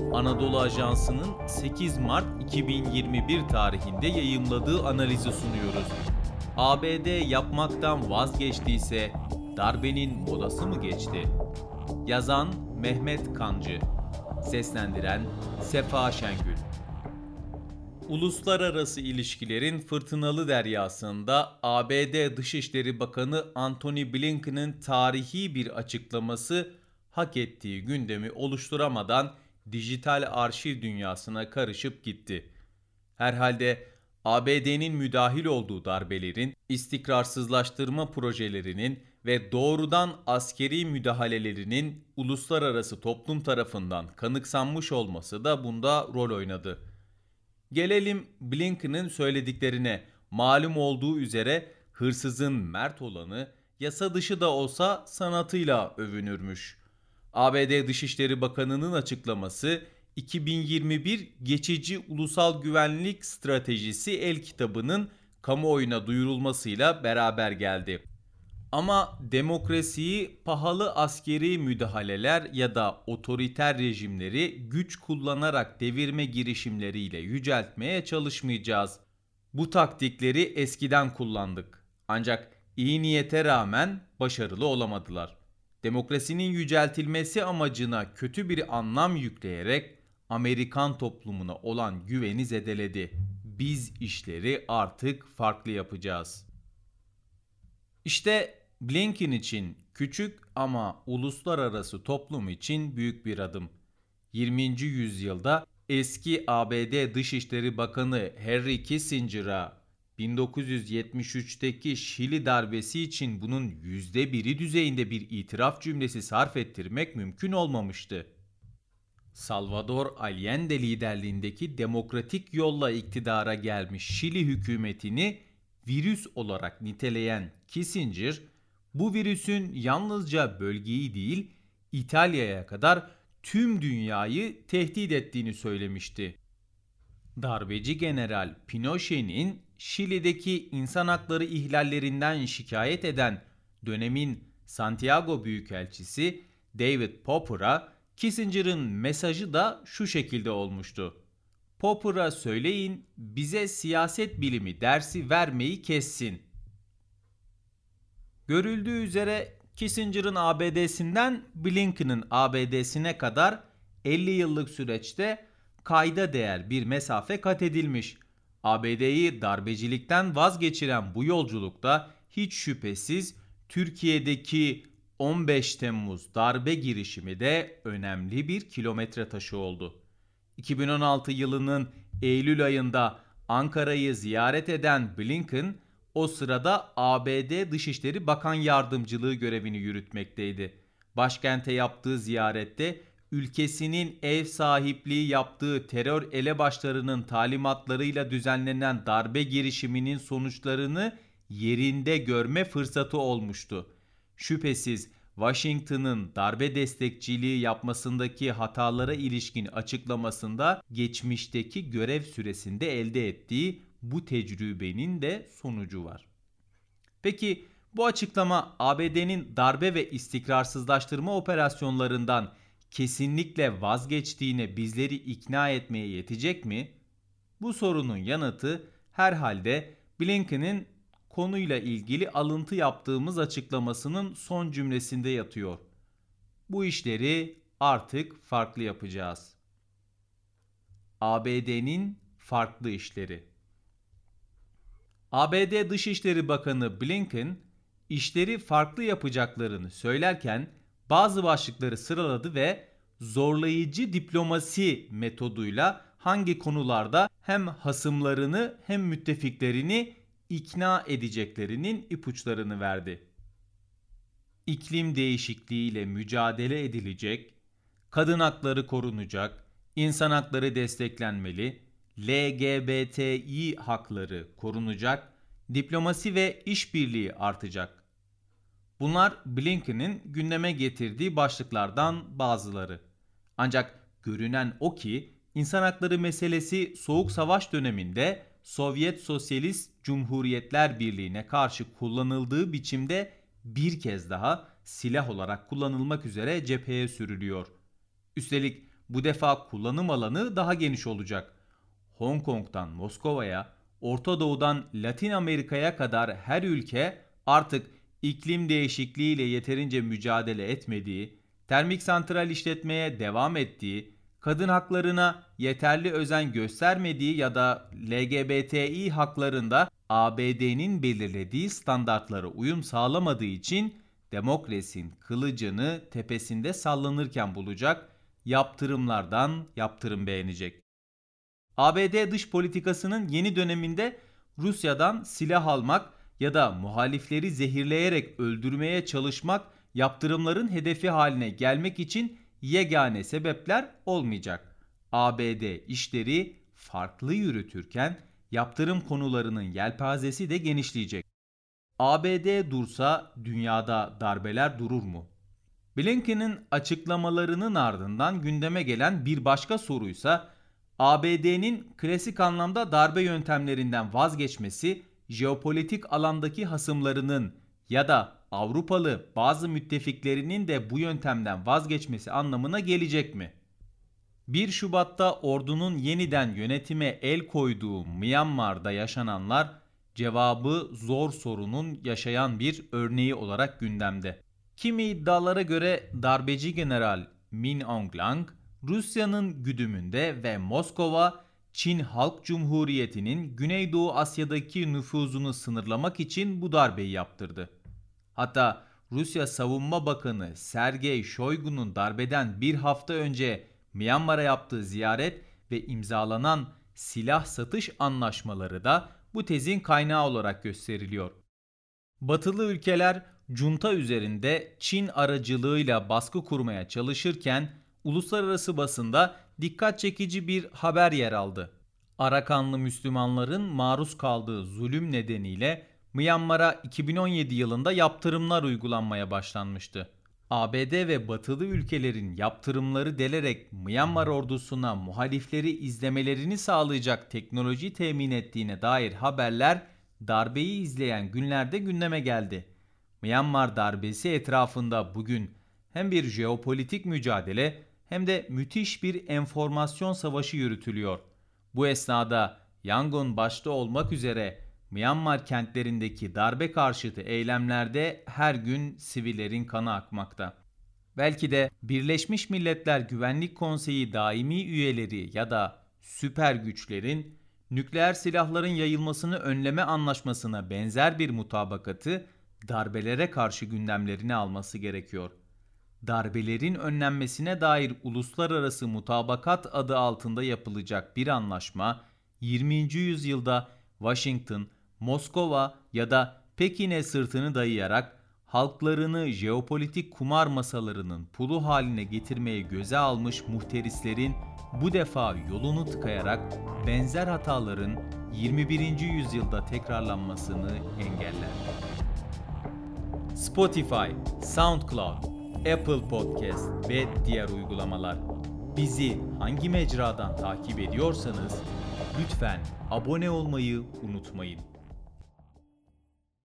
Anadolu Ajansı'nın 8 Mart 2021 tarihinde yayımladığı analizi sunuyoruz. ABD yapmaktan vazgeçtiyse darbenin modası mı geçti? Yazan Mehmet Kancı, seslendiren Sefa Şengül. Uluslararası ilişkilerin fırtınalı deryasında ABD Dışişleri Bakanı Antony Blinken'ın tarihi bir açıklaması hak ettiği gündemi oluşturamadan dijital arşiv dünyasına karışıp gitti. Herhalde ABD'nin müdahil olduğu darbelerin, istikrarsızlaştırma projelerinin ve doğrudan askeri müdahalelerinin uluslararası toplum tarafından kanıksanmış olması da bunda rol oynadı. Gelelim Blinken'ın söylediklerine. Malum olduğu üzere hırsızın mert olanı yasa dışı da olsa sanatıyla övünürmüş. ABD Dışişleri Bakanı'nın açıklaması 2021 Geçici Ulusal Güvenlik Stratejisi el kitabının kamuoyuna duyurulmasıyla beraber geldi. Ama demokrasiyi pahalı askeri müdahaleler ya da otoriter rejimleri güç kullanarak devirme girişimleriyle yüceltmeye çalışmayacağız. Bu taktikleri eskiden kullandık. Ancak iyi niyete rağmen başarılı olamadılar. Demokrasinin yüceltilmesi amacına kötü bir anlam yükleyerek Amerikan toplumuna olan güveni zedeledi. Biz işleri artık farklı yapacağız. İşte Blinken için küçük ama uluslararası toplum için büyük bir adım. 20. yüzyılda eski ABD Dışişleri Bakanı Henry Kissinger'a 1973'teki Şili darbesi için bunun %1'i düzeyinde bir itiraf cümlesi sarf ettirmek mümkün olmamıştı. Salvador Allende liderliğindeki demokratik yolla iktidara gelmiş Şili hükümetini virüs olarak niteleyen Kissinger, bu virüsün yalnızca bölgeyi değil, İtalya'ya kadar tüm dünyayı tehdit ettiğini söylemişti. Darbeci General Pinochet'in Şili'deki insan hakları ihlallerinden şikayet eden dönemin Santiago Büyükelçisi David Popper'a Kissinger'ın mesajı da şu şekilde olmuştu. Popper'a söyleyin bize siyaset bilimi dersi vermeyi kessin. Görüldüğü üzere Kissinger'ın ABD'sinden Blinken'ın ABD'sine kadar 50 yıllık süreçte kayda değer bir mesafe kat edilmiş. ABD'yi darbecilikten vazgeçiren bu yolculukta hiç şüphesiz Türkiye'deki 15 Temmuz darbe girişimi de önemli bir kilometre taşı oldu. 2016 yılının Eylül ayında Ankara'yı ziyaret eden Blinken, o sırada ABD Dışişleri Bakan Yardımcılığı görevini yürütmekteydi. Başkente yaptığı ziyarette ülkesinin ev sahipliği yaptığı terör elebaşlarının talimatlarıyla düzenlenen darbe girişiminin sonuçlarını yerinde görme fırsatı olmuştu. Şüphesiz Washington'ın darbe destekçiliği yapmasındaki hatalara ilişkin açıklamasında geçmişteki görev süresinde elde ettiği bu tecrübenin de sonucu var. Peki bu açıklama ABD'nin darbe ve istikrarsızlaştırma operasyonlarından kesinlikle vazgeçtiğine bizleri ikna etmeye yetecek mi? Bu sorunun yanıtı herhalde Blinken'in konuyla ilgili alıntı yaptığımız açıklamasının son cümlesinde yatıyor. Bu işleri artık farklı yapacağız. ABD'nin farklı işleri. ABD Dışişleri Bakanı Blinken, işleri farklı yapacaklarını söylerken bazı başlıkları sıraladı ve zorlayıcı diplomasi metoduyla hangi konularda hem hasımlarını hem müttefiklerini ikna edeceklerinin ipuçlarını verdi. İklim değişikliğiyle mücadele edilecek, kadın hakları korunacak, insan hakları desteklenmeli, LGBTİ hakları korunacak, diplomasi ve işbirliği artacak. Bunlar Blinken'in gündeme getirdiği başlıklardan bazıları. Ancak görünen o ki insan hakları meselesi Soğuk Savaş döneminde Sovyet Sosyalist Cumhuriyetler Birliği'ne karşı kullanıldığı biçimde bir kez daha silah olarak kullanılmak üzere cepheye sürülüyor. Üstelik Bu defa kullanım alanı daha geniş olacak. Hong Kong'dan Moskova'ya, Orta Doğu'dan Latin Amerika'ya kadar her ülke artık iklim değişikliğiyle yeterince mücadele etmediği, termik santral işletmeye devam ettiği, kadın haklarına yeterli özen göstermediği ya da LGBTİ haklarında ABD'nin belirlediği standartlara uyum sağlamadığı için demokrasinin kılıcını tepesinde sallanırken bulacak, yaptırımlardan yaptırım beğenecek. ABD dış politikasının yeni döneminde Rusya'dan silah almak ya da muhalifleri zehirleyerek öldürmeye çalışmak yaptırımların hedefi haline gelmek için yegane sebepler olmayacak. ABD işleri farklı yürütürken yaptırım konularının yelpazesi de genişleyecek. ABD dursa dünyada darbeler durur mu? Blinken'in açıklamalarının ardından gündeme gelen bir başka soruysa ABD'nin klasik anlamda darbe yöntemlerinden vazgeçmesi, jeopolitik alandaki hasımlarının ya da Avrupalı bazı müttefiklerinin de bu yöntemden vazgeçmesi anlamına gelecek mi? 1 Şubat'ta ordunun yeniden yönetime el koyduğu Myanmar'da yaşananlar cevabı zor sorunun yaşayan bir örneği olarak gündemde. Kimi iddialara göre darbeci general Min Aung Hlaing, Rusya'nın güdümünde ve Moskova, Çin Halk Cumhuriyeti'nin Güneydoğu Asya'daki nüfuzunu sınırlamak için bu darbeyi yaptırdı. Hatta Rusya Savunma Bakanı Sergey Shoigu'nun darbeden bir hafta önce Myanmar'a yaptığı ziyaret ve imzalanan silah satış anlaşmaları da bu tezin kaynağı olarak gösteriliyor. Batılı ülkeler junta üzerinde Çin aracılığıyla baskı kurmaya çalışırken uluslararası basında dikkat çekici bir haber yer aldı. Arakanlı Müslümanların maruz kaldığı zulüm nedeniyle Myanmar'a 2017 yılında yaptırımlar uygulanmaya başlanmıştı. ABD ve batılı ülkelerin yaptırımları delerek Myanmar ordusuna muhalifleri izlemelerini sağlayacak teknoloji temin ettiğine dair haberler darbeyi izleyen günlerde gündeme geldi. Myanmar darbesi etrafında bugün hem bir jeopolitik mücadele hem de müthiş bir enformasyon savaşı yürütülüyor. Bu esnada Yangon başta olmak üzere Myanmar kentlerindeki darbe karşıtı eylemlerde her gün sivillerin kanı akmakta. Belki de Birleşmiş Milletler Güvenlik Konseyi daimi üyeleri ya da süper güçlerin nükleer silahların yayılmasını önleme anlaşmasına benzer bir mutabakatı darbelere karşı gündemlerine alması gerekiyor. Darbelerin önlenmesine dair uluslararası mutabakat adı altında yapılacak bir anlaşma 20. yüzyılda Washington, Moskova ya da Pekin'e sırtını dayayarak halklarını jeopolitik kumar masalarının pulu haline getirmeye göze almış muhterislerin bu defa yolunu tıkayarak benzer hataların 21. yüzyılda tekrarlanmasını engeller. Spotify, SoundCloud, Apple Podcast ve diğer uygulamalar. Bizi hangi mecradan takip ediyorsanız lütfen abone olmayı unutmayın.